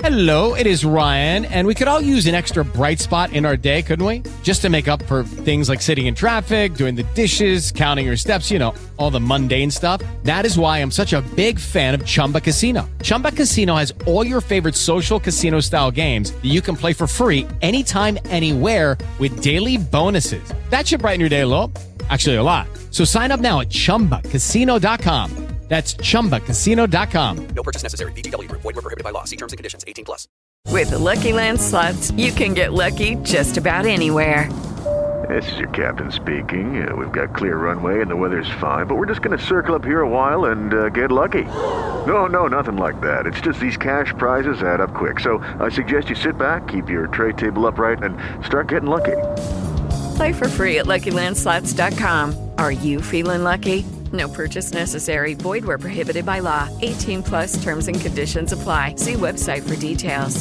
Hello, it is Ryan, and we could all use an extra bright spot in our day, couldn't we? Just to make up for things like sitting in traffic, doing the dishes, counting your steps, you know, all the mundane stuff. That is why I'm such a big fan of Chumba Casino. Chumba Casino has all your favorite social casino-style games that you can play for free anytime, anywhere with daily bonuses. That should brighten your day a little. Actually, a lot. So sign up now at ChumbaCasino.com. That's ChumbaCasino.com. No purchase necessary. VGW Group. Void where prohibited by law. See terms and conditions. 18+. With the Lucky Land Slots, you can get lucky just about anywhere. This is your captain speaking. We've got clear runway and the weather's fine, but we're just going to circle up here a while and get lucky. No, nothing like that. It's just these cash prizes add up quick. So I suggest you sit back, keep your tray table upright, and start getting lucky. Play for free at LuckyLandSlots.com. Are you feeling lucky? No purchase necessary. Void where prohibited by law. 18+ terms and conditions apply. See website for details.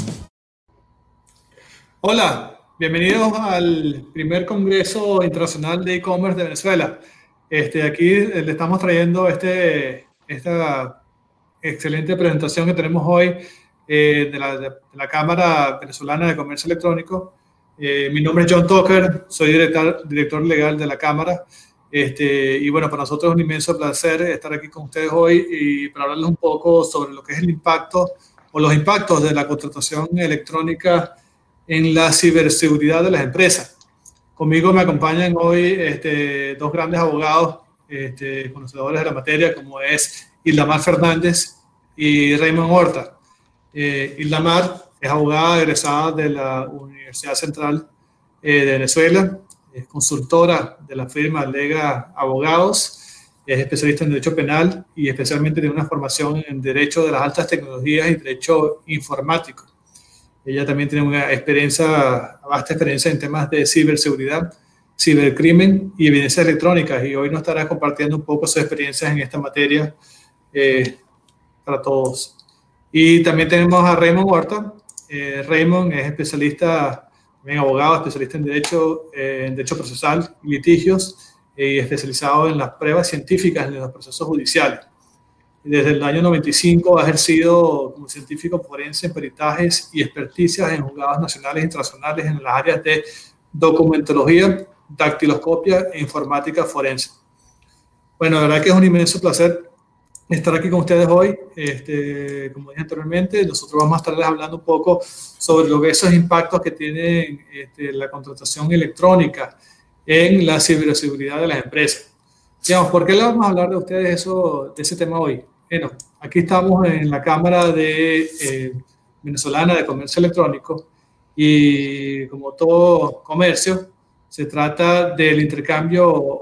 Hola, bienvenidos al primer Congreso Internacional de E-Commerce de Venezuela. Aquí le estamos trayendo esta excelente presentación que tenemos hoy de la Cámara Venezolana de Comercio Electrónico. Mi nombre es John Tucker, soy director legal de la Cámara. Y bueno, para nosotros es un inmenso placer estar aquí con ustedes hoy y para hablarles un poco sobre lo que es el impacto o los impactos de la contratación electrónica en la ciberseguridad de las empresas. Conmigo me acompañan hoy dos grandes abogados conocedores de la materia, como es Ildamar Fernández y Raymond Horta. Ildamar es abogada egresada de la Universidad Central de Venezuela. Es consultora de la firma Lega Abogados, es especialista en Derecho Penal y especialmente tiene una formación en Derecho de las Altas Tecnologías y Derecho Informático. Ella también tiene una vasta experiencia en temas de ciberseguridad, cibercrimen y evidencias electrónicas, y hoy nos estará compartiendo un poco sus experiencias en esta materia para todos. Y también tenemos a Raymond Horta. Raymond es especialista, también abogado, especialista en derecho procesal y litigios, y especializado en las pruebas científicas en los procesos judiciales. Desde el año 95 ha ejercido como científico forense en peritajes y experticias en juzgados nacionales e internacionales en las áreas de documentología, dactiloscopia e informática forense. Bueno, la verdad que es un inmenso placer estar aquí con ustedes hoy. Como dije anteriormente, nosotros vamos a estarles hablando un poco sobre esos impactos que tiene la contratación electrónica en la ciberseguridad de las empresas. Digamos, ¿por qué le vamos a hablar de ustedes de ese tema hoy? Bueno, aquí estamos en la Cámara Venezolana de Comercio Electrónico y como todo comercio, se trata del intercambio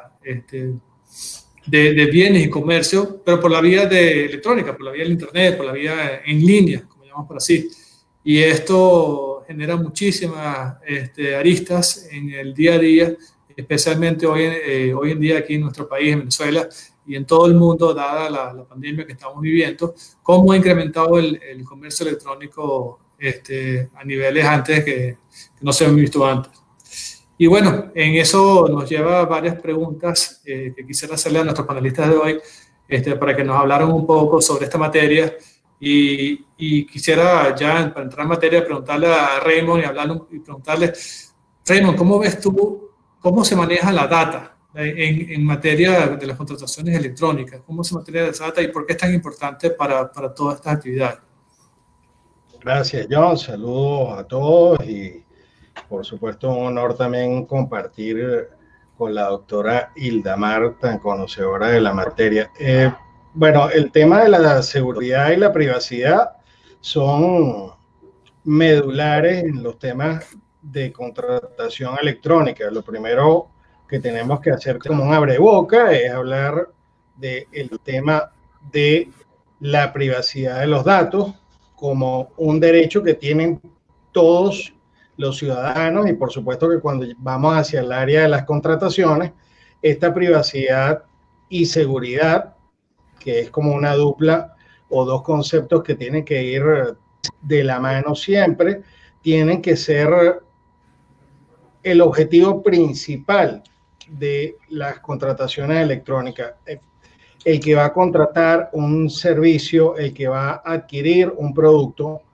de bienes y comercio, pero por la vía electrónica, por la vía del internet, por la vía en línea, como llamamos por así. Y esto genera muchísimas aristas en el día a día, especialmente hoy en día aquí en nuestro país, en Venezuela, y en todo el mundo, dada la pandemia que estamos viviendo, cómo ha incrementado el comercio electrónico a niveles antes que no se habían visto antes. Y bueno, en eso nos lleva a varias preguntas que quisiera hacerle a nuestros panelistas de hoy para que nos hablaran un poco sobre esta materia. Y quisiera ya, para entrar en materia, preguntarle a Raymond y preguntarle, Raymond, ¿cómo ves tú, cómo se maneja la data en materia de las contrataciones electrónicas? ¿Cómo se maneja esa data y por qué es tan importante para todas estas actividades? Gracias, John. Saludos a todos y por supuesto, un honor también compartir con la doctora Ildamar, tan conocedora de la materia. Bueno, el tema de la seguridad y la privacidad son medulares en los temas de contratación electrónica. Lo primero que tenemos que hacer como un abreboca es hablar del tema de la privacidad de los datos como un derecho que tienen todos los ciudadanos, y por supuesto que cuando vamos hacia el área de las contrataciones, esta privacidad y seguridad, que es como una dupla o dos conceptos que tienen que ir de la mano siempre, tienen que ser el objetivo principal de las contrataciones electrónicas. El que va a contratar un servicio, el que va a adquirir un producto,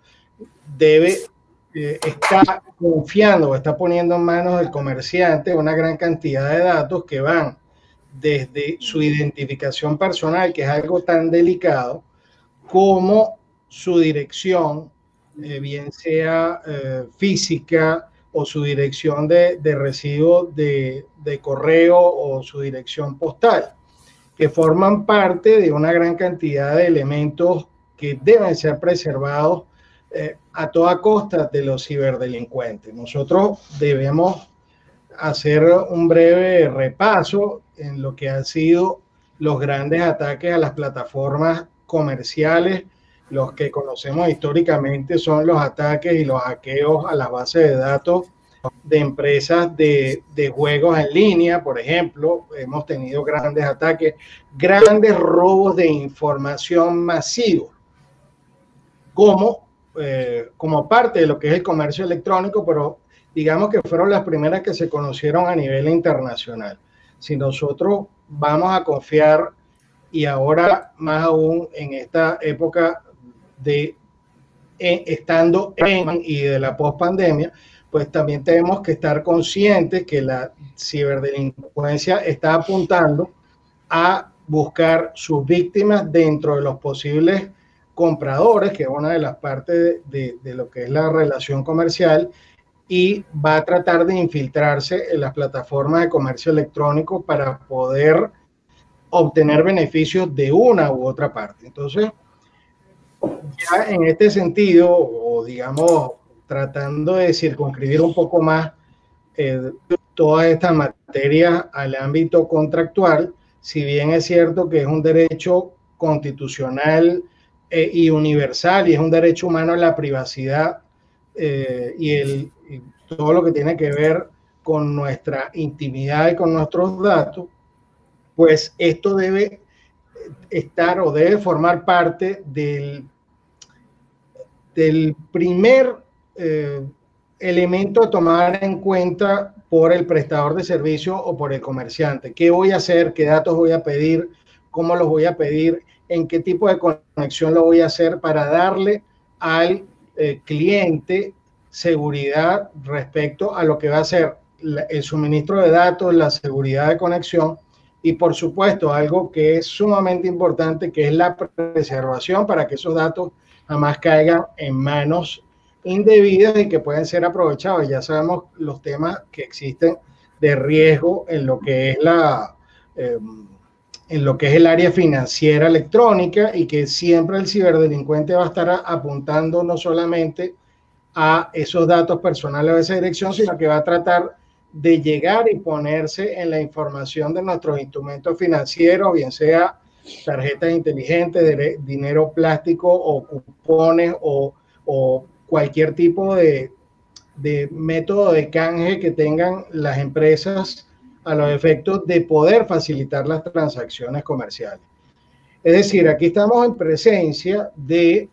debe está confiando o está poniendo en manos del comerciante una gran cantidad de datos que van desde su identificación personal, que es algo tan delicado, como su dirección, bien sea física o su dirección de recibo de correo o su dirección postal, que forman parte de una gran cantidad de elementos que deben ser preservados a toda costa de los ciberdelincuentes. Nosotros debemos hacer un breve repaso en lo que han sido los grandes ataques a las plataformas comerciales. Los que conocemos históricamente son los ataques y los hackeos a las bases de datos de empresas de juegos en línea, por ejemplo. Hemos tenido grandes ataques, grandes robos de información masivos, como parte de lo que es el comercio electrónico, pero digamos que fueron las primeras que se conocieron a nivel internacional. Si nosotros vamos a confiar, y ahora más aún en esta época de estando en y de la pospandemia, pues también tenemos que estar conscientes que la ciberdelincuencia está apuntando a buscar sus víctimas dentro de los posibles compradores, que es una de las partes de lo que es la relación comercial, y va a tratar de infiltrarse en las plataformas de comercio electrónico para poder obtener beneficios de una u otra parte. Entonces, ya en este sentido, o digamos, tratando de circunscribir un poco más todas estas materias al ámbito contractual, si bien es cierto que es un derecho constitucional y universal, y es un derecho humano a la privacidad y todo lo que tiene que ver con nuestra intimidad y con nuestros datos, pues esto debe estar o debe formar parte del primer elemento a tomar en cuenta por el prestador de servicio o por el comerciante. ¿Qué voy a hacer? ¿Qué datos voy a pedir? ¿Cómo los voy a pedir? ¿En qué tipo de conexión lo voy a hacer para darle al cliente seguridad respecto a lo que va a ser el suministro de datos, la seguridad de conexión y, por supuesto, algo que es sumamente importante, que es la preservación para que esos datos jamás caigan en manos indebidas y que pueden ser aprovechados? Ya sabemos los temas que existen de riesgo en lo que es el área financiera electrónica, y que siempre el ciberdelincuente va a estar apuntando no solamente a esos datos personales o esa dirección, sino que va a tratar de llegar y ponerse en la información de nuestros instrumentos financieros, bien sea tarjetas inteligentes, dinero plástico o cupones o cualquier tipo de método de canje que tengan las empresas a los efectos de poder facilitar las transacciones comerciales. Es decir, aquí estamos en presencia de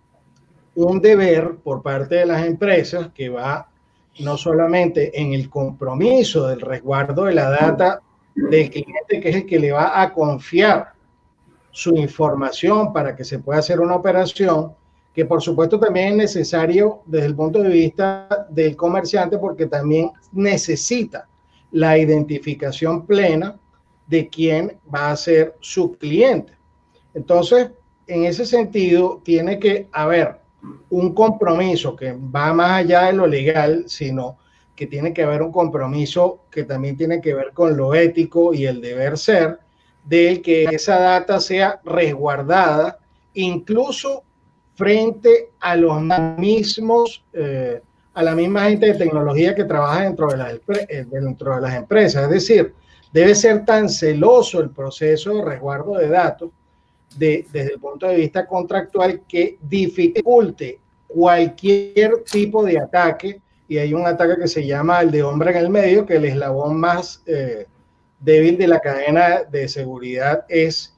un deber por parte de las empresas que va no solamente en el compromiso del resguardo de la data del cliente, que es el que le va a confiar su información para que se pueda hacer una operación, que por supuesto también es necesario desde el punto de vista del comerciante, porque también necesita la identificación plena de quién va a ser su cliente. Entonces, en ese sentido, tiene que haber un compromiso que va más allá de lo legal, sino que tiene que haber un compromiso que también tiene que ver con lo ético y el deber ser, de que esa data sea resguardada, incluso frente a los mismos, a la misma gente de tecnología que trabaja dentro de las empresas. Es decir, debe ser tan celoso el proceso de resguardo de datos desde el punto de vista contractual que dificulte cualquier tipo de ataque. Y hay un ataque que se llama el de hombre en el medio, que el eslabón más débil de la cadena de seguridad es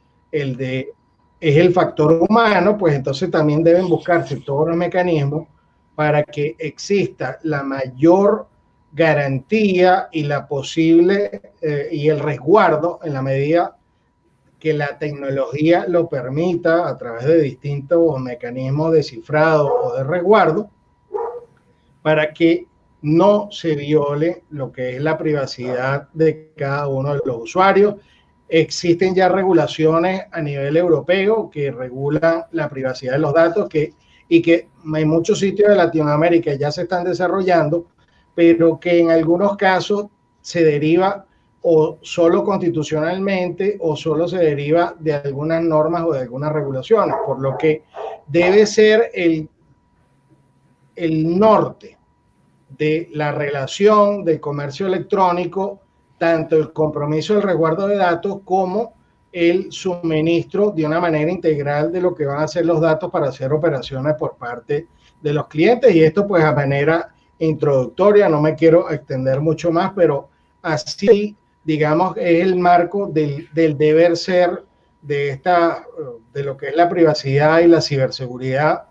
el factor humano. Pues entonces también deben buscarse todos los mecanismos para que exista la mayor garantía y la posible y el resguardo en la medida que la tecnología lo permita a través de distintos mecanismos de cifrado o de resguardo para que no se viole lo que es la privacidad de cada uno de los usuarios. Existen ya regulaciones a nivel europeo que regulan la privacidad de los datos y que en muchos sitios de Latinoamérica ya se están desarrollando, pero que en algunos casos se deriva o solo constitucionalmente o solo se deriva de algunas normas o de algunas regulaciones, por lo que debe ser el norte de la relación del comercio electrónico, tanto el compromiso del resguardo de datos como el suministro de una manera integral de lo que van a ser los datos para hacer operaciones por parte de los clientes. Y esto pues a manera introductoria, no me quiero extender mucho más, pero así digamos es el marco del deber ser de lo que es la privacidad y la ciberseguridad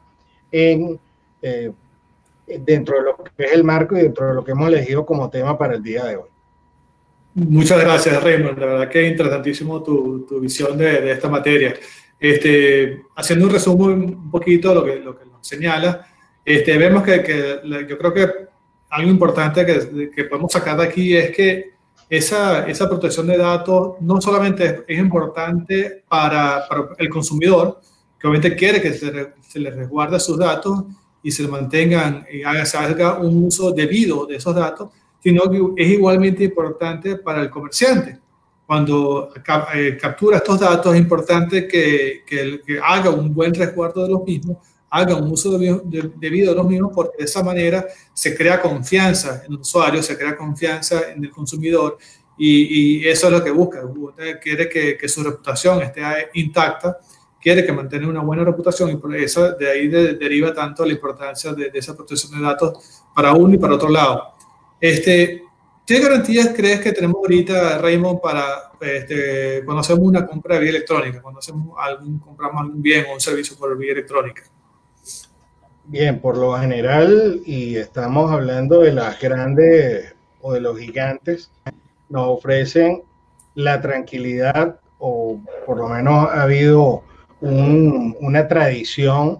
dentro de lo que es el marco y dentro de lo que hemos elegido como tema para el día de hoy. Muchas gracias, Raymond. La verdad que es interesantísimo tu visión de esta materia. Haciendo un resumen un poquito de lo que nos señala, vemos que yo creo que algo importante que podemos sacar de aquí es que esa protección de datos no solamente es importante para el consumidor, que obviamente quiere que se le resguarde sus datos y se mantengan y se haga un uso debido de esos datos, sino que es igualmente importante para el comerciante. Cuando captura estos datos, es importante que haga un buen resguardo de los mismos, haga un uso debido de los mismos, porque de esa manera se crea confianza en el usuario, se crea confianza en el consumidor, y eso es lo que busca. Usted quiere que su reputación esté intacta, quiere que mantenga una buena reputación, y por eso de ahí deriva tanto la importancia de esa protección de datos para uno y para otro lado. ¿Qué garantías crees que tenemos ahorita, Raymond, para cuando hacemos una compra de vía electrónica, cuando compramos algún bien o un servicio por vía electrónica? Bien, por lo general, y estamos hablando de las grandes o de los gigantes, nos ofrecen la tranquilidad, o por lo menos ha habido una tradición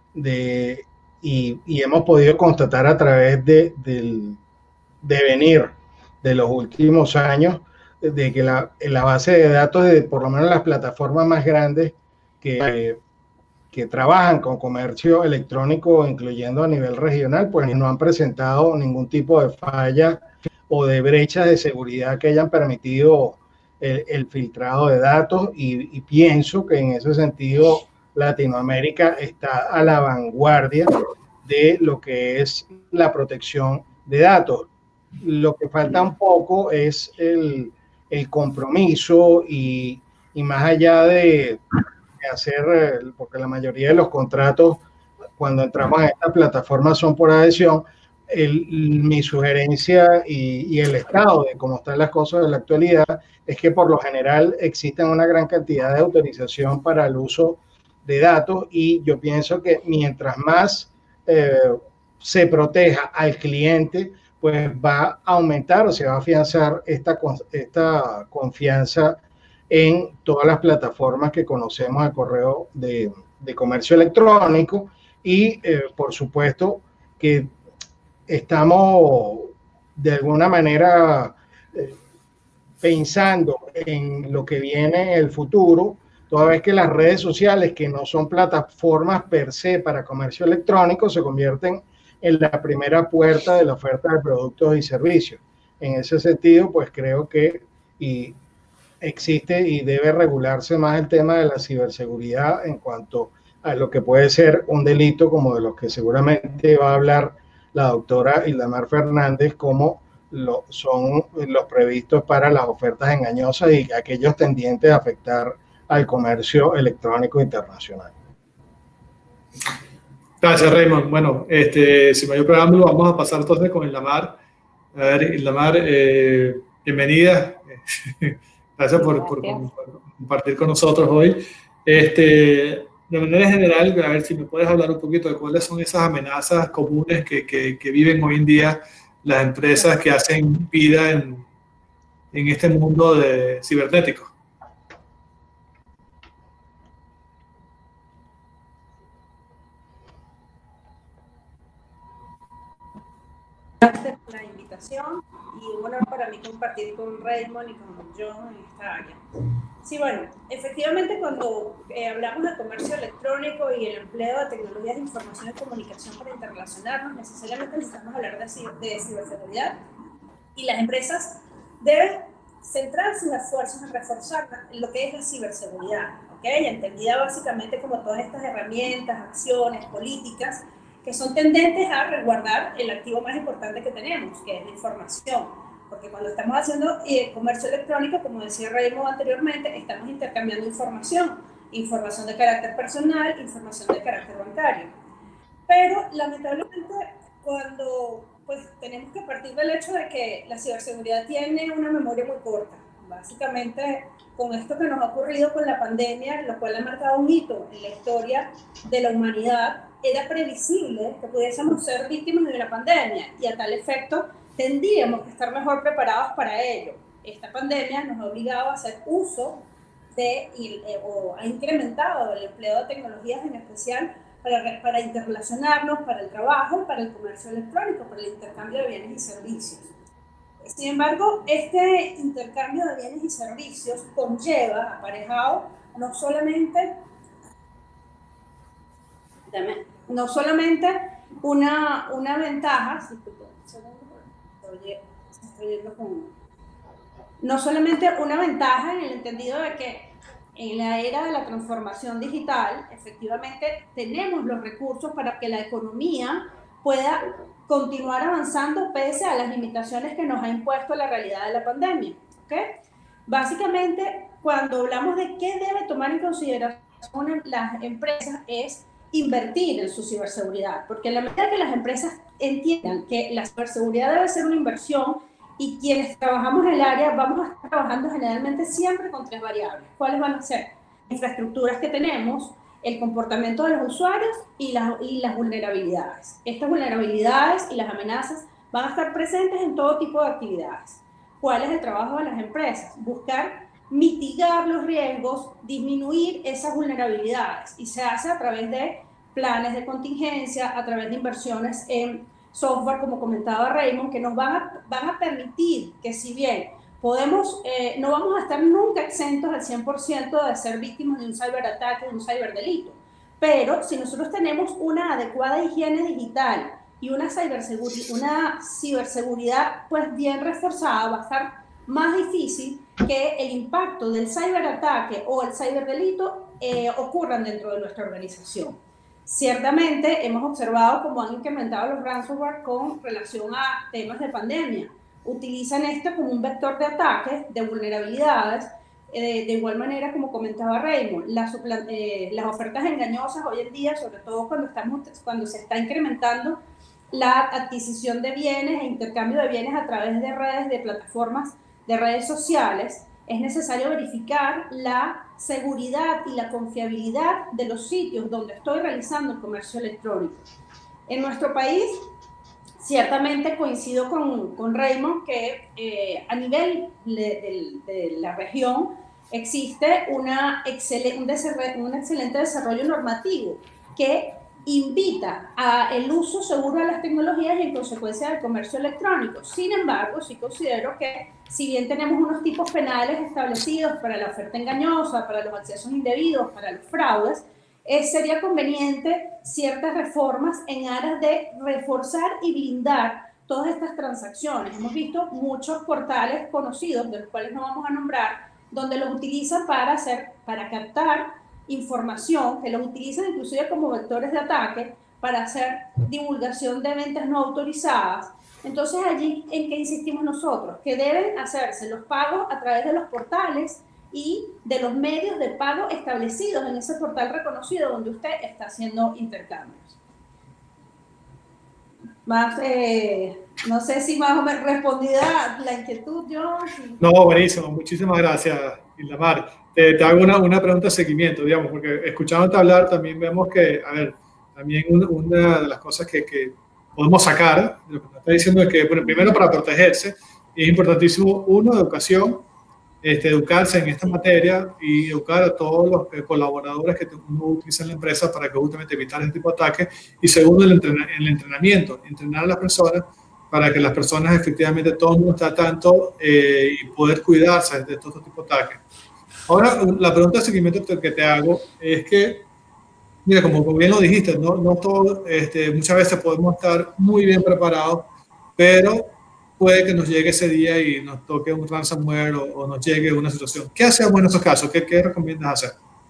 y hemos podido constatar a través del devenir de los últimos años, de que la base de datos de por lo menos las plataformas más grandes que trabajan con comercio electrónico, incluyendo a nivel regional, pues no han presentado ningún tipo de falla o de brechas de seguridad que hayan permitido el filtrado de datos, y pienso que en ese sentido Latinoamérica está a la vanguardia de lo que es la protección de datos. Lo que falta un poco es el compromiso y más allá de hacer, porque la mayoría de los contratos cuando entramos en esta plataforma son por adhesión, mi sugerencia y el estado de cómo están las cosas en la actualidad es que por lo general existen una gran cantidad de autorización para el uso de datos, y yo pienso que mientras más se proteja al cliente, pues va a aumentar o se va a afianzar esta confianza en todas las plataformas que conocemos de correo de comercio electrónico. Y por supuesto que estamos de alguna manera pensando en lo que viene en el futuro, toda vez que las redes sociales, que no son plataformas per se para comercio electrónico, se convierten en la primera puerta de la oferta de productos y servicios. En ese sentido, pues creo que existe y debe regularse más el tema de la ciberseguridad en cuanto a lo que puede ser un delito, como de los que seguramente va a hablar la doctora Ildamar Fernández, como son los previstos para las ofertas engañosas y aquellos tendientes a afectar al comercio electrónico internacional. Gracias, Raymond. Bueno, sin mayor preámbulo, vamos a pasar entonces con Ildamar. A ver, Ildamar, bienvenida. Gracias por compartir con nosotros hoy. De manera general, a ver si me puedes hablar un poquito de cuáles son esas amenazas comunes que viven hoy en día las empresas que hacen vida en este mundo cibernético. la invitación y un honor para mí compartir con Raymond y con John en esta área. Sí, bueno, efectivamente cuando hablamos de comercio electrónico y el empleo de tecnologías de información y comunicación para interrelacionarnos, necesariamente necesitamos hablar de ciberseguridad, y las empresas deben centrar sus esfuerzos en reforzar lo que es la ciberseguridad, ¿okay? Entendida básicamente como todas estas herramientas, acciones, políticas que son tendentes a resguardar el activo más importante que tenemos, que es la información. Porque cuando estamos haciendo comercio electrónico, como decía Raymond anteriormente, estamos intercambiando información de carácter personal, información de carácter bancario. Pero lamentablemente cuando pues tenemos que partir del hecho de que la ciberseguridad tiene una memoria muy corta. Básicamente, con esto que nos ha ocurrido con la pandemia, lo cual ha marcado un hito en la historia de la humanidad, era previsible que pudiésemos ser víctimas de una pandemia y a tal efecto tendríamos que estar mejor preparados para ello. Esta pandemia nos ha obligado a hacer uso o ha incrementado el empleo de tecnologías en especial para interrelacionarnos, para el trabajo, para el comercio electrónico, para el intercambio de bienes y servicios. Sin embargo, este intercambio de bienes y servicios conlleva, aparejado, no solamente una ventaja, no solamente una ventaja en el entendido de que en la era de la transformación digital, efectivamente, tenemos los recursos para que la economía pueda continuar avanzando pese a las limitaciones que nos ha impuesto la realidad de la pandemia. ¿Okay? Básicamente, cuando hablamos de qué debe tomar en consideración las empresas es invertir en su ciberseguridad, porque en la medida que las empresas entiendan que la ciberseguridad debe ser una inversión, y quienes trabajamos en el área vamos a estar trabajando generalmente siempre con 3 variables. ¿Cuáles van a ser? Infraestructuras que tenemos, el comportamiento de los usuarios y las vulnerabilidades. Estas vulnerabilidades y las amenazas van a estar presentes en todo tipo de actividades. ¿Cuál es el trabajo de las empresas? Buscar mitigar los riesgos, disminuir esas vulnerabilidades, y se hace a través de planes de contingencia, a través de inversiones en software, como comentaba Raymond, que nos van a permitir que, si bien no vamos a estar nunca exentos al 100% de ser víctimas de un ciberataque, de un ciberdelito, pero si nosotros tenemos una adecuada higiene digital y una ciberseguridad pues bien reforzada, va a estar más difícil que el impacto del ciberataque o el ciberdelito ocurran dentro de nuestra organización. Ciertamente hemos observado cómo han incrementado los ransomware con relación a temas de pandemia. Utilizan esto como un vector de ataques, de vulnerabilidades. De igual manera, como comentaba Raymond, las ofertas engañosas hoy en día, sobre todo cuando se está incrementando la adquisición de bienes e intercambio de bienes a través de redes, de plataformas, de redes sociales, es necesario verificar la seguridad y la confiabilidad de los sitios donde estoy realizando el comercio electrónico. En nuestro país, ciertamente coincido con Raymond que a nivel de la región existe un excelente desarrollo normativo que invita al uso seguro de las tecnologías y en consecuencia del comercio electrónico. Sin embargo, sí considero que si bien tenemos unos tipos penales establecidos para la oferta engañosa, para los accesos indebidos, para los fraudes, sería conveniente ciertas reformas en aras de reforzar y blindar todas estas transacciones. Hemos visto muchos portales conocidos, de los cuales no vamos a nombrar, donde los utilizan para captar información, que los utilizan inclusive como vectores de ataque para hacer divulgación de ventas no autorizadas. Entonces, allí, ¿en qué insistimos nosotros? Que deben hacerse los pagos a través de los portales y de los medios de pago establecidos en ese portal reconocido donde usted está haciendo intercambios. No sé si más o menos respondida la inquietud, yo. Sí. No, buenísimo. Muchísimas gracias, Ildamar. Te hago una pregunta de seguimiento, digamos, porque escuchándote hablar también vemos que, a ver, también una de las cosas que podemos sacar, lo que me está diciendo es que, bueno, primero para protegerse, es importantísimo, educación, educarse en esta materia y educar a todos los colaboradores que uno utiliza en la empresa para que justamente evitar este tipo de ataques. Y segundo, el entrenamiento, entrenar a las personas para que las personas efectivamente, todo el mundo está tanto y poder cuidarse de todo este tipo de ataques. Ahora, la pregunta de seguimiento que te hago es que, mira, como bien lo dijiste, no todo, muchas veces podemos estar muy bien preparados, pero puede que nos llegue ese día y nos toque un ransomware o nos llegue una situación. ¿Qué hacemos en esos casos? ¿Qué recomiendas hacer?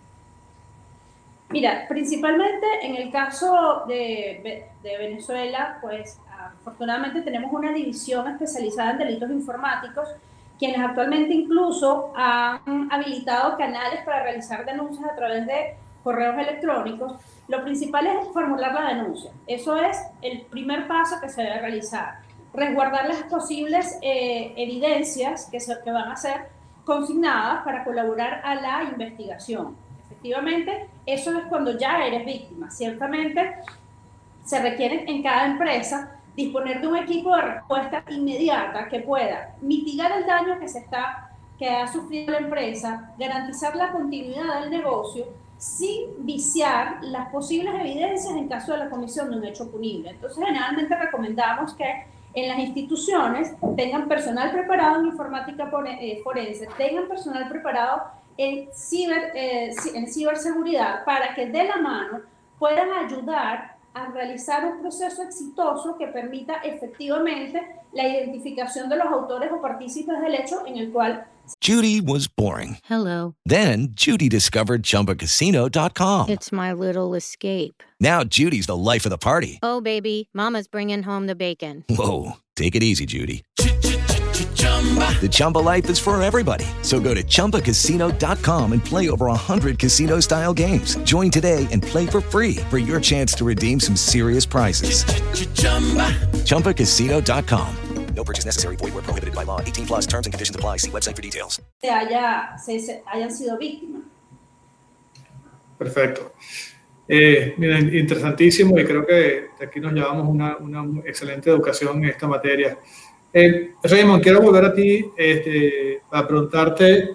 Mira, principalmente en el caso de Venezuela, pues afortunadamente tenemos una división especializada en delitos informáticos, quienes actualmente incluso han habilitado canales para realizar denuncias a través de correos electrónicos. Lo principal es formular la denuncia. Eso es el primer paso que se debe realizar. Resguardar las posibles evidencias que van a ser consignadas para colaborar a la investigación. Efectivamente, eso es cuando ya eres víctima. Ciertamente, se requiere en cada empresa disponer de un equipo de respuesta inmediata que pueda mitigar el daño que ha sufrido la empresa, garantizar la continuidad del negocio sin viciar las posibles evidencias en caso de la comisión de un hecho punible. Entonces, generalmente recomendamos que en las instituciones tengan personal preparado en informática forense, tengan personal preparado en ciberseguridad, para que de la mano puedan ayudar a realizar un proceso exitoso que permita efectivamente la identificación de los autores o partícipes del hecho en el cual... Judy was boring. Hello. Then Judy discovered ChumbaCasino.com. It's my little escape. Now Judy's the life of the party. Oh, baby, mama's bringing home the bacon. Whoa, take it easy, Judy. The Chumba life is for everybody. So go to ChumbaCasino.com and play over 100 casino-style games. Join today and play for free for your chance to redeem some serious prizes. ChumbaCasino.com. No purchase necessary. Void where prohibited by law. 18 plus terms and conditions apply. See website for details. hayan sido víctimas. Perfecto. Miren, interesantísimo, y creo que aquí nos llevamos una excelente educación en esta materia. Raymond, quiero volver a ti para preguntarte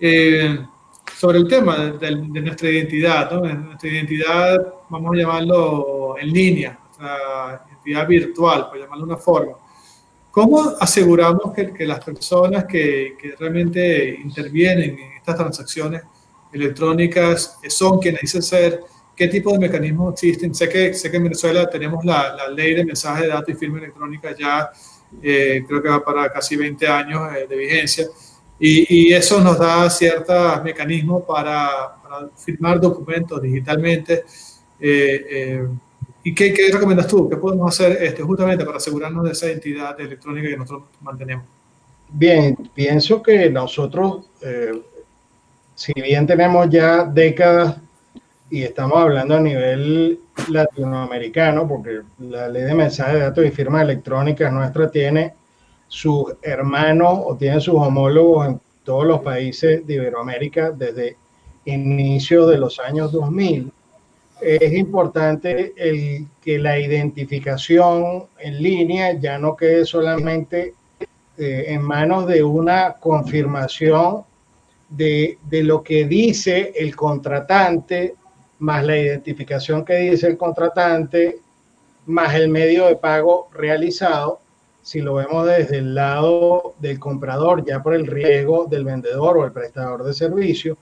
sobre el tema de nuestra identidad, ¿no? Nuestra identidad, vamos a llamarlo en línea, nuestra identidad virtual, por llamarlo de una forma. ¿Cómo aseguramos que las personas que realmente intervienen en estas transacciones electrónicas son quienes dicen ser? ¿Qué tipo de mecanismos existen? Sé que en Venezuela tenemos la ley de mensaje de datos y firma electrónica ya, creo que va para casi 20 años de vigencia, y eso nos da ciertos mecanismos para firmar documentos digitalmente. ¿Y qué recomiendas tú? ¿Qué podemos hacer justamente para asegurarnos de esa identidad electrónica que nosotros mantenemos? Bien, pienso que nosotros, si bien tenemos ya décadas y estamos hablando a nivel latinoamericano, porque la ley de mensajes de datos y firmas electrónicas nuestra tiene sus hermanos o tiene sus homólogos en todos los países de Iberoamérica desde inicio de los años 2000. Es importante que la identificación en línea ya no quede solamente en manos de una confirmación de lo que dice el contratante, más la identificación que dice el contratante, más el medio de pago realizado. Si lo vemos desde el lado del comprador, ya por el riesgo del vendedor o el prestador de servicio,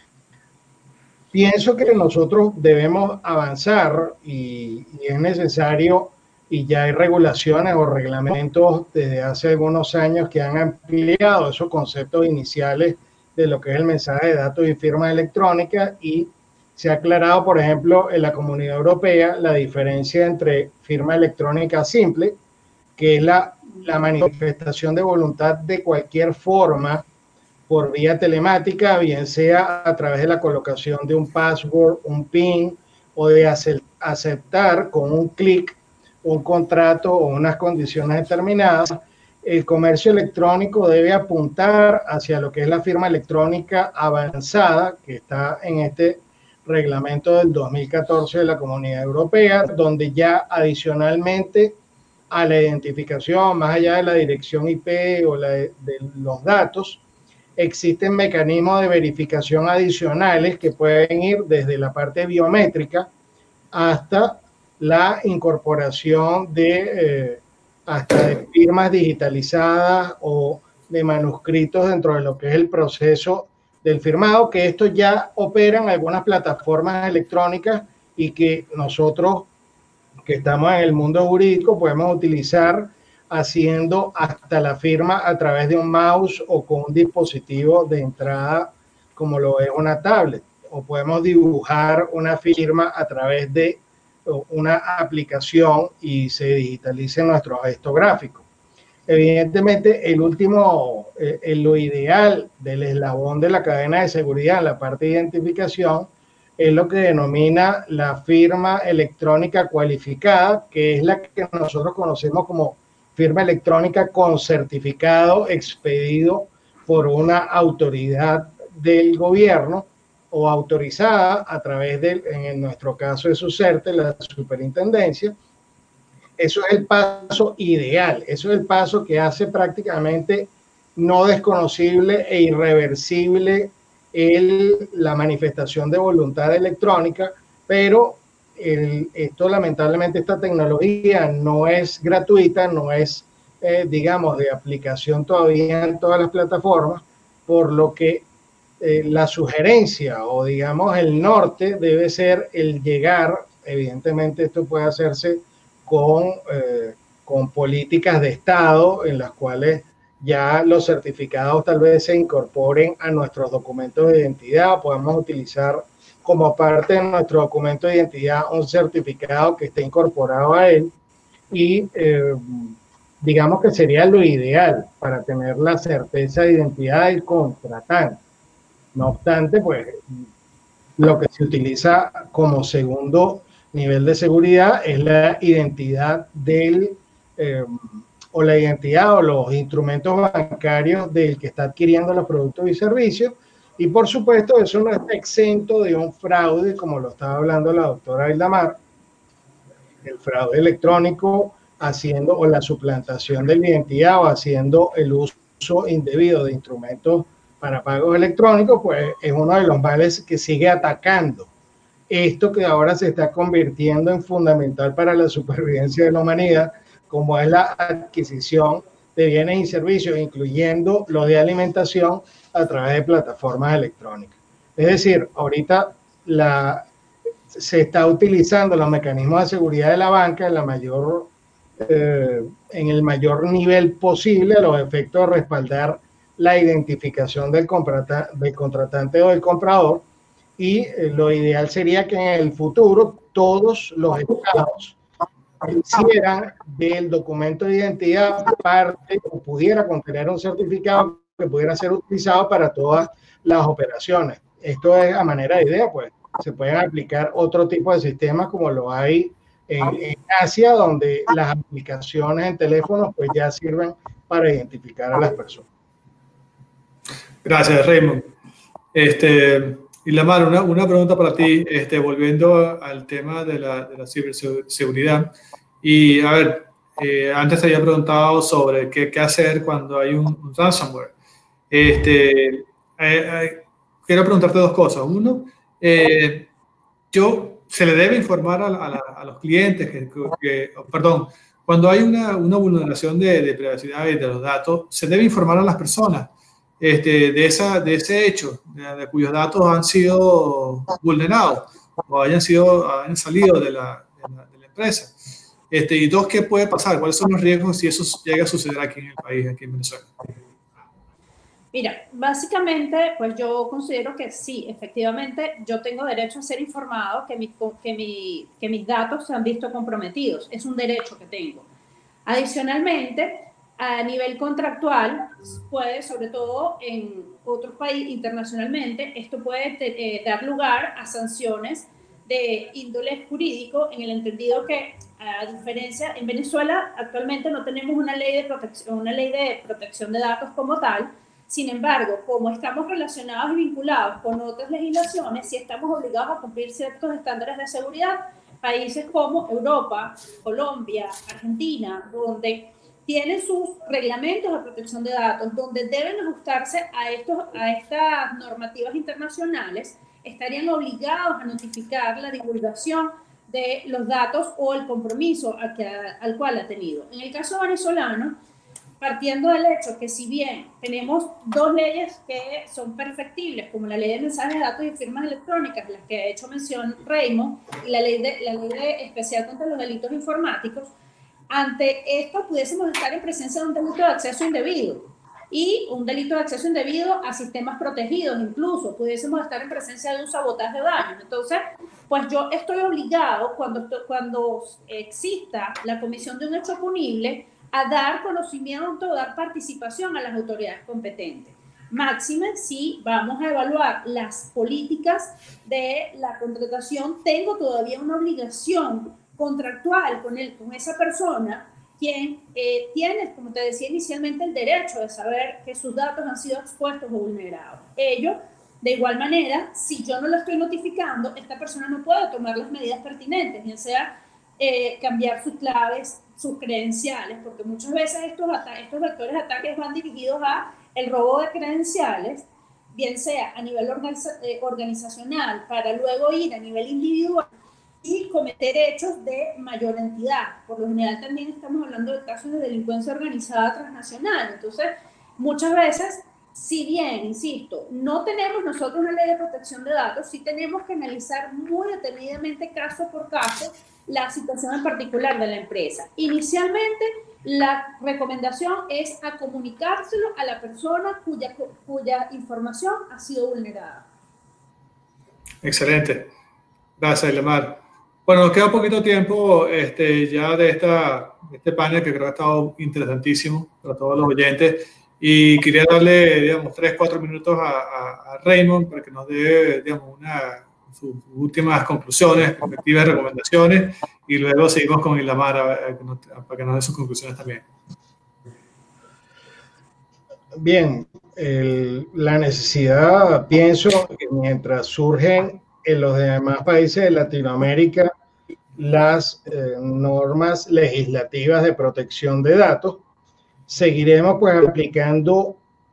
pienso que nosotros debemos avanzar y es necesario, y ya hay regulaciones o reglamentos desde hace algunos años que han ampliado esos conceptos iniciales de lo que es el mensaje de datos y firma electrónica, y se ha aclarado, por ejemplo, en la Comunidad Europea la diferencia entre firma electrónica simple, que es la manifestación de voluntad de cualquier forma por vía telemática, bien sea a través de la colocación de un password, un PIN, o de aceptar con un clic un contrato o unas condiciones determinadas. El comercio electrónico debe apuntar hacia lo que es la firma electrónica avanzada, que está en este reglamento del 2014 de la Comunidad Europea, donde ya adicionalmente a la identificación, más allá de la dirección IP o de los datos, existen mecanismos de verificación adicionales que pueden ir desde la parte biométrica hasta la incorporación de hasta de firmas digitalizadas o de manuscritos dentro de lo que es el proceso del firmado, que esto ya opera en algunas plataformas electrónicas y que nosotros que estamos en el mundo jurídico podemos utilizar haciendo hasta la firma a través de un mouse o con un dispositivo de entrada como lo es una tablet, o podemos dibujar una firma a través de una aplicación y se digitalice nuestro gesto gráfico. Evidentemente, lo ideal del eslabón de la cadena de seguridad, la parte de identificación, es lo que denomina la firma electrónica cualificada, que es la que nosotros conocemos como firma electrónica con certificado expedido por una autoridad del gobierno o autorizada a través de, en nuestro caso, de SUSERTE, la superintendencia. Eso es el paso ideal, eso es el paso que hace prácticamente no desconocible e irreversible la manifestación de voluntad electrónica, pero esto lamentablemente, esta tecnología no es gratuita, no es, digamos, de aplicación todavía en todas las plataformas, por lo que la sugerencia o digamos el norte debe ser el llegar, evidentemente esto puede hacerse con políticas de Estado en las cuales ya los certificados tal vez se incorporen a nuestros documentos de identidad. Podemos utilizar como parte de nuestro documento de identidad un certificado que esté incorporado a él y digamos que sería lo ideal para tener la certeza de identidad del contratante. No obstante, pues lo que se utiliza como segundo nivel de seguridad es la identidad o la identidad o los instrumentos bancarios del que está adquiriendo los productos y servicios. Y por supuesto, eso no está exento de un fraude, como lo estaba hablando la doctora Ildamar, el fraude electrónico haciendo o la suplantación de la identidad o haciendo el uso indebido de instrumentos para pagos electrónicos, pues es uno de los males que sigue atacando esto que ahora se está convirtiendo en fundamental para la supervivencia de la humanidad, como es la adquisición de bienes y servicios, incluyendo los de alimentación a través de plataformas electrónicas. Es decir, ahorita se está utilizando los mecanismos de seguridad de la banca en el mayor nivel posible a los efectos de respaldar la identificación del contratante o del comprador, y lo ideal sería que en el futuro todos los estados hicieran del documento de identidad parte o pudiera contener un certificado que pudiera ser utilizado para todas las operaciones. Esto es a manera de idea, pues se pueden aplicar otro tipo de sistemas como lo hay en Asia, donde las aplicaciones en teléfonos pues ya sirven para identificar a las personas. Gracias, Raymond. Ildamar, una pregunta para ti, volviendo al tema de la ciberseguridad. Y a ver, antes te había preguntado sobre qué hacer cuando hay un ransomware. Quiero preguntarte dos cosas. Uno, se le debe informar a los clientes perdón, cuando hay una vulneración de privacidad y de los datos, se debe informar a las personas de ese hecho, de cuyos datos han sido vulnerados o hayan salido de la empresa. Y dos, ¿qué puede pasar? ¿Cuáles son los riesgos si eso llega a suceder aquí en el país, aquí en Venezuela? Mira, básicamente, pues yo considero que sí, efectivamente, yo tengo derecho a ser informado que mis datos se han visto comprometidos. Es un derecho que tengo. Adicionalmente, a nivel contractual, puede, sobre todo en otros países internacionalmente, esto puede dar lugar a sanciones de índole jurídico, en el entendido que, a diferencia, en Venezuela actualmente no tenemos una ley de protección de datos como tal. Sin embargo, como estamos relacionados y vinculados con otras legislaciones, sí estamos obligados a cumplir ciertos estándares de seguridad. Países como Europa, Colombia, Argentina, donde tienen sus reglamentos de protección de datos, donde deben ajustarse a estas normativas internacionales, estarían obligados a notificar la divulgación de los datos o el compromiso al cual ha tenido. En el caso venezolano, partiendo del hecho que si bien tenemos dos leyes que son perfectibles, como la ley de mensajes de datos y firmas electrónicas, las que ha hecho mención Raymond, y la ley especial contra los delitos informáticos, ante esto pudiésemos estar en presencia de un delito de acceso indebido y un delito de acceso indebido a sistemas protegidos, incluso pudiésemos estar en presencia de un sabotaje de daños. Entonces, pues yo estoy obligado, cuando exista la comisión de un hecho punible, a dar conocimiento, dar participación a las autoridades competentes. Máxime, si vamos a evaluar las políticas de la contratación, tengo todavía una obligación contractual con esa persona, quien tiene, como te decía inicialmente, el derecho de saber que sus datos han sido expuestos o vulnerados. De igual manera, si yo no lo estoy notificando, esta persona no puede tomar las medidas pertinentes, bien sea cambiar sus claves, sus credenciales, porque muchas veces estos vectores de ataques van dirigidos a el robo de credenciales, bien sea a nivel organizacional, para luego ir a nivel individual y cometer hechos de mayor entidad. Por lo general también estamos hablando de casos de delincuencia organizada transnacional. Entonces, muchas veces, si bien, insisto, no tenemos nosotros una ley de protección de datos, sí tenemos que analizar muy detenidamente caso por caso la situación en particular de la empresa. Inicialmente, la recomendación es a comunicárselo a la persona cuya información ha sido vulnerada. Excelente. Gracias, Ildamar. Bueno, nos queda poquito tiempo ya de este panel que creo que ha estado interesantísimo para todos los oyentes. Y quería darle, digamos, 3-4 minutos a Raymond para que nos dé, digamos, sus últimas conclusiones, perspectivas, recomendaciones, y luego seguimos con Ildamar para que nos dé sus conclusiones también. Bien, la necesidad, pienso que mientras surgen en los demás países de Latinoamérica las normas legislativas de protección de datos, seguiremos pues aplicando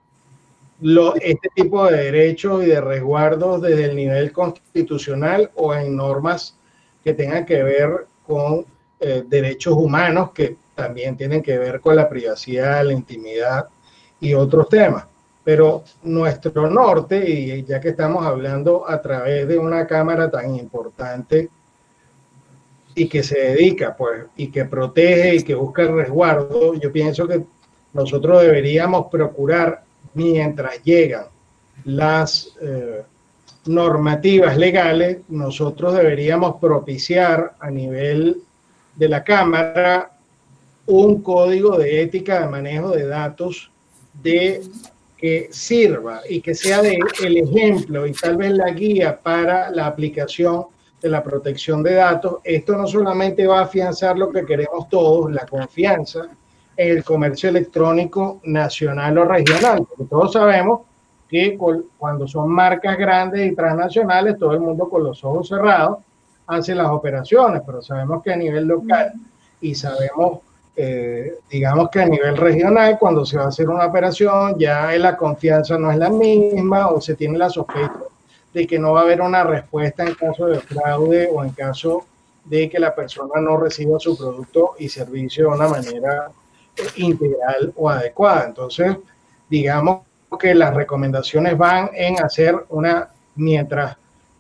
este tipo de derechos y de resguardos desde el nivel constitucional o en normas que tengan que ver con derechos humanos que también tienen que ver con la privacidad, la intimidad y otros temas. Pero nuestro norte, y ya que estamos hablando a través de una cámara tan importante y que se dedica pues y que protege y que busca el resguardo, yo pienso que nosotros deberíamos procurar, mientras llegan las normativas legales, nosotros deberíamos propiciar a nivel de la Cámara un código de ética de manejo de datos que sirva y que sea el ejemplo y tal vez la guía para la aplicación de la protección de datos. Esto no solamente va a afianzar lo que queremos todos, la confianza en el comercio electrónico nacional o regional, porque todos sabemos que cuando son marcas grandes y transnacionales, todo el mundo con los ojos cerrados hace las operaciones, pero sabemos que a nivel local y sabemos, digamos que a nivel regional, cuando se va a hacer una operación, ya la confianza no es la misma o se tiene la sospecha de que no va a haber una respuesta en caso de fraude o en caso de que la persona no reciba su producto y servicio de una manera integral o adecuada. Entonces, digamos que las recomendaciones van en hacer mientras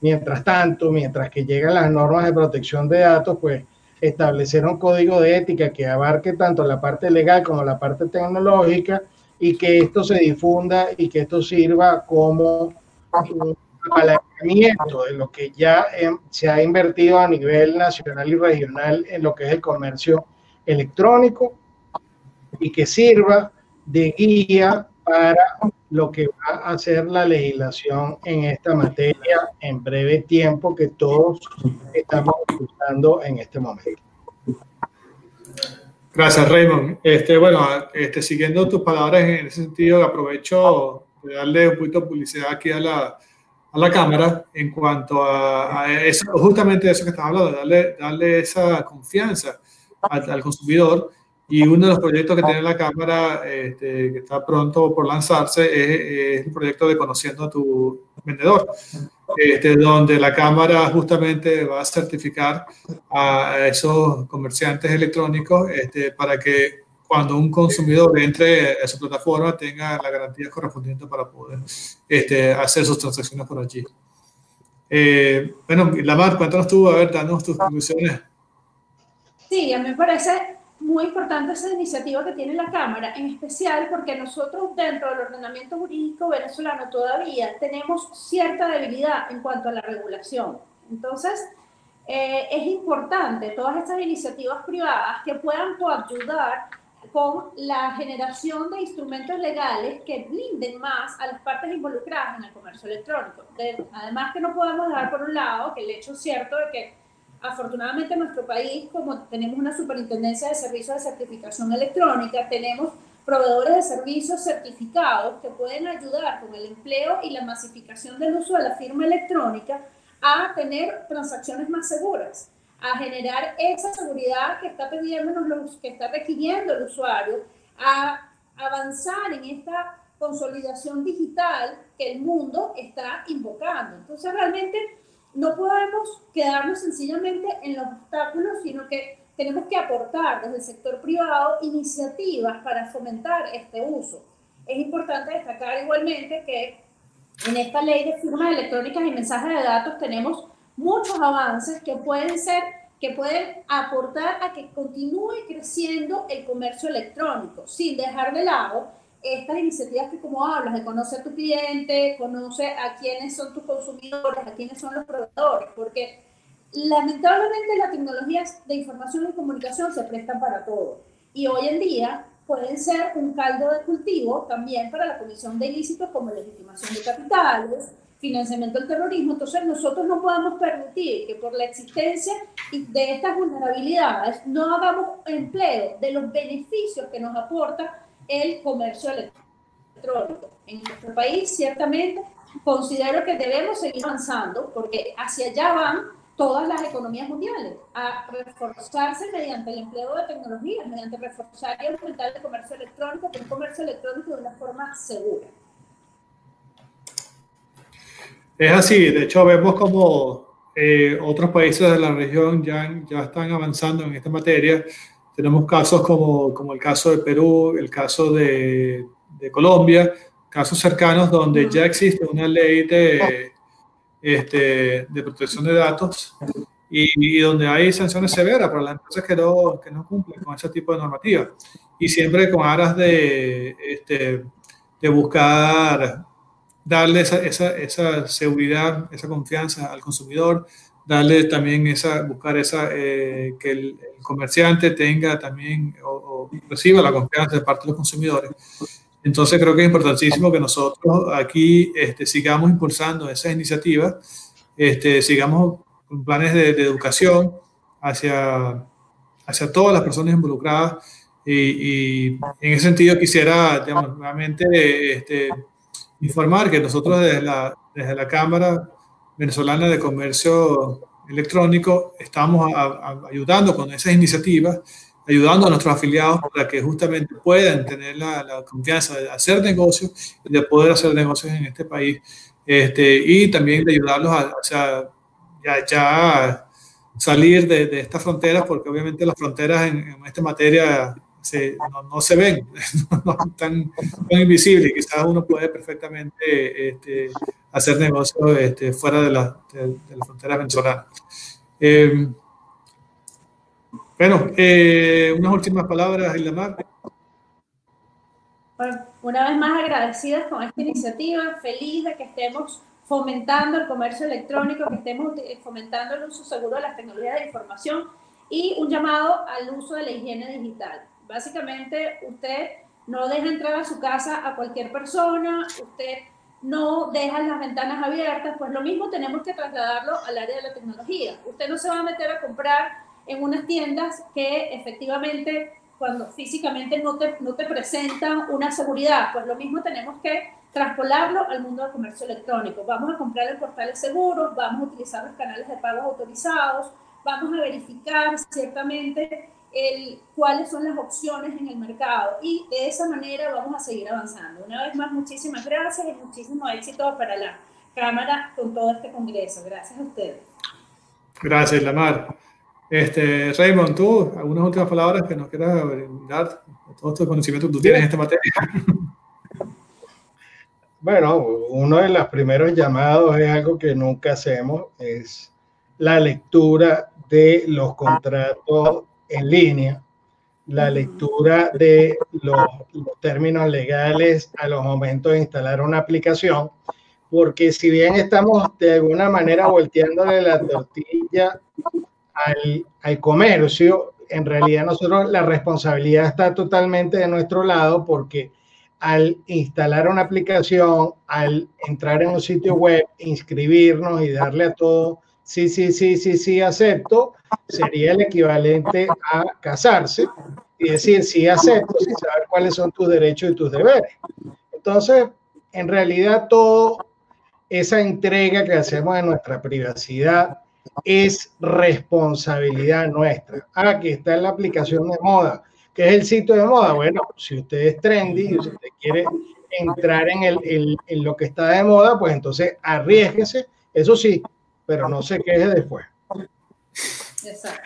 que llegan las normas de protección de datos, pues establecer un código de ética que abarque tanto la parte legal como la parte tecnológica y que esto se difunda y que esto sirva como un apalancamiento de lo que ya se ha invertido a nivel nacional y regional en lo que es el comercio electrónico y que sirva de guía para lo que va a ser la legislación en esta materia en breve tiempo que todos estamos usando en este momento. Gracias, Raymond. Siguiendo tus palabras en ese sentido, aprovecho de darle un poquito de publicidad aquí a la cámara en cuanto a eso, justamente eso que estás hablando, darle esa confianza al consumidor. Y uno de los proyectos que tiene la Cámara, que está pronto por lanzarse, es el proyecto de Conociendo a tu Vendedor, donde la Cámara justamente va a certificar a esos comerciantes electrónicos para que cuando un consumidor entre a su plataforma tenga la garantía correspondiente para poder hacer sus transacciones por allí. Bueno, Ildamar, cuéntanos tú, a ver, danos tus conclusiones. Sí, a mí me parece muy importante esa iniciativa que tiene la Cámara, en especial porque nosotros dentro del ordenamiento jurídico venezolano todavía tenemos cierta debilidad en cuanto a la regulación. Entonces, es importante todas estas iniciativas privadas que puedan coayudar con la generación de instrumentos legales que blinden más a las partes involucradas en el comercio electrónico. Además que no podemos dejar por un lado que el hecho cierto de que afortunadamente en nuestro país, como tenemos una superintendencia de servicios de certificación electrónica, tenemos proveedores de servicios certificados que pueden ayudar con el empleo y la masificación del uso de la firma electrónica a tener transacciones más seguras, a generar esa seguridad que está pidiéndonos, que está requiriendo el usuario, a avanzar en esta consolidación digital que el mundo está invocando. Entonces realmente no podemos quedarnos sencillamente en los obstáculos, sino que tenemos que aportar desde el sector privado iniciativas para fomentar este uso. Es importante destacar igualmente que en esta ley de firmas electrónicas y mensajes de datos tenemos muchos avances que pueden aportar a que continúe creciendo el comercio electrónico, sin dejar de lado estas iniciativas que, como hablas, de conocer a tu cliente, conoce a quiénes son tus consumidores, a quiénes son los proveedores, porque lamentablemente las tecnologías de información y comunicación se prestan para todo. Y hoy en día pueden ser un caldo de cultivo también para la comisión de ilícitos como legitimación de capitales, financiamiento del terrorismo. Entonces nosotros no podemos permitir que por la existencia de estas vulnerabilidades no hagamos empleo de los beneficios que nos aporta el comercio electrónico. En nuestro país, ciertamente, considero que debemos seguir avanzando porque hacia allá van todas las economías mundiales, a reforzarse mediante el empleo de tecnologías, mediante reforzar y aumentar el comercio electrónico, pero un comercio electrónico de una forma segura. Es así, de hecho vemos como otros países de la región ya están avanzando en esta materia. Tenemos casos como el caso de Perú, el caso de Colombia, casos cercanos donde ya existe una ley de protección de datos y donde hay sanciones severas para las empresas que no cumplen con ese tipo de normativa. Y siempre con aras de buscar darle esa seguridad, esa confianza al consumidor, darle también buscar que el comerciante tenga también o reciba la confianza de parte de los consumidores. Entonces creo que es importantísimo que nosotros aquí sigamos impulsando esas iniciativas, sigamos con planes de educación hacia todas las personas involucradas y en ese sentido quisiera, digamos, nuevamente informar que nosotros desde la Cámara Venezolana de Comercio Electrónico estamos ayudando con esas iniciativas, ayudando a nuestros afiliados para que justamente puedan tener la confianza de hacer negocios y de poder hacer negocios en este país, y también de ayudarlos a salir de estas fronteras, porque obviamente las fronteras en esta materia no se ven, no están invisibles. Quizás uno puede perfectamente hacer negocios fuera de las fronteras venezolanas. Bueno, unas últimas palabras, Ildamar. Bueno, una vez más agradecidas con esta iniciativa, feliz de que estemos fomentando el comercio electrónico, que estemos fomentando el uso seguro de las tecnologías de información y un llamado al uso de la higiene digital. Básicamente, usted no deja entrar a su casa a cualquier persona, usted no deja las ventanas abiertas, pues lo mismo tenemos que trasladarlo al área de la tecnología. Usted no se va a meter a comprar en unas tiendas que efectivamente, cuando físicamente no te presentan una seguridad, pues lo mismo tenemos que traspolarlo al mundo del comercio electrónico. Vamos a comprar en portales seguros, vamos a utilizar los canales de pagos autorizados, vamos a verificar ciertamente cuáles son las opciones en el mercado, y de esa manera vamos a seguir avanzando. Una vez más, muchísimas gracias y muchísimo éxito para la Cámara con todo este congreso. Gracias a ustedes. Gracias, Lamar. Raymond, ¿tú algunas últimas palabras que nos quieras dar? Todo este conocimiento que tú tienes en esta materia. Bueno, uno de los primeros llamados es algo que nunca hacemos, es la lectura de los contratos en línea, la lectura de los términos legales a los momentos de instalar una aplicación, porque si bien estamos de alguna manera volteándole la tortilla al comercio, en realidad nosotros la responsabilidad está totalmente de nuestro lado, porque al instalar una aplicación, al entrar en un sitio web, inscribirnos y darle a todo sí, acepto, sería el equivalente a casarse y decir sí acepto sin saber cuáles son tus derechos y tus deberes. Entonces, en realidad, toda esa entrega que hacemos de nuestra privacidad es responsabilidad nuestra. Aquí está en la aplicación de moda. ¿Qué es el sitio de moda? Bueno, si usted es trendy y usted quiere entrar en lo que está de moda, pues entonces arriésguese, eso sí, pero no se queje después. Exacto.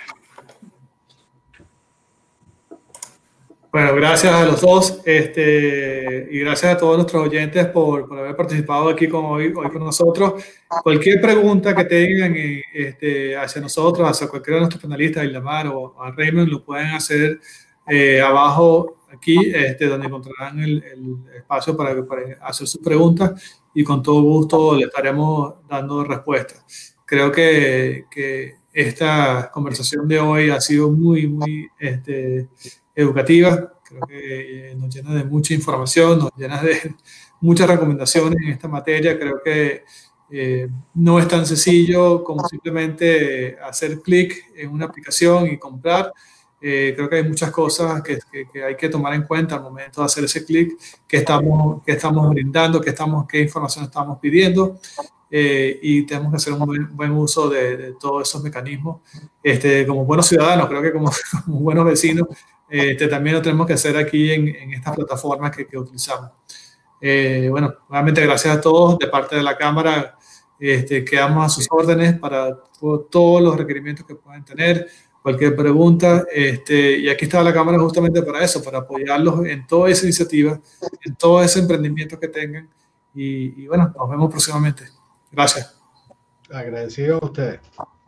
Bueno, gracias a los dos y gracias a todos nuestros oyentes por haber participado aquí hoy con nosotros. Cualquier pregunta que tengan hacia nosotros, hacia cualquiera de nuestros panelistas, a Ildamar o a Raymond, lo pueden hacer abajo aquí, donde encontrarán el espacio para hacer sus preguntas, y con todo gusto le estaremos dando respuestas. Creo que esta conversación de hoy ha sido muy educativa. Creo que nos llena de mucha información, nos llena de muchas recomendaciones en esta materia. Creo que no es tan sencillo como simplemente hacer clic en una aplicación y comprar. Creo que hay muchas cosas que hay que tomar en cuenta al momento de hacer ese clic, que estamos brindando, qué información estamos pidiendo, y tenemos que hacer un buen uso de todos esos mecanismos. Como buenos ciudadanos, creo que como buenos vecinos, también lo tenemos que hacer aquí en estas plataformas que utilizamos. Bueno, nuevamente gracias a todos. De parte de la Cámara, quedamos a sus órdenes para todos los requerimientos que puedan tener, cualquier pregunta, y aquí está la Cámara justamente para eso, para apoyarlos en toda esa iniciativa, en todo ese emprendimiento que tengan, y bueno, nos vemos próximamente. Gracias. Agradecido a ustedes.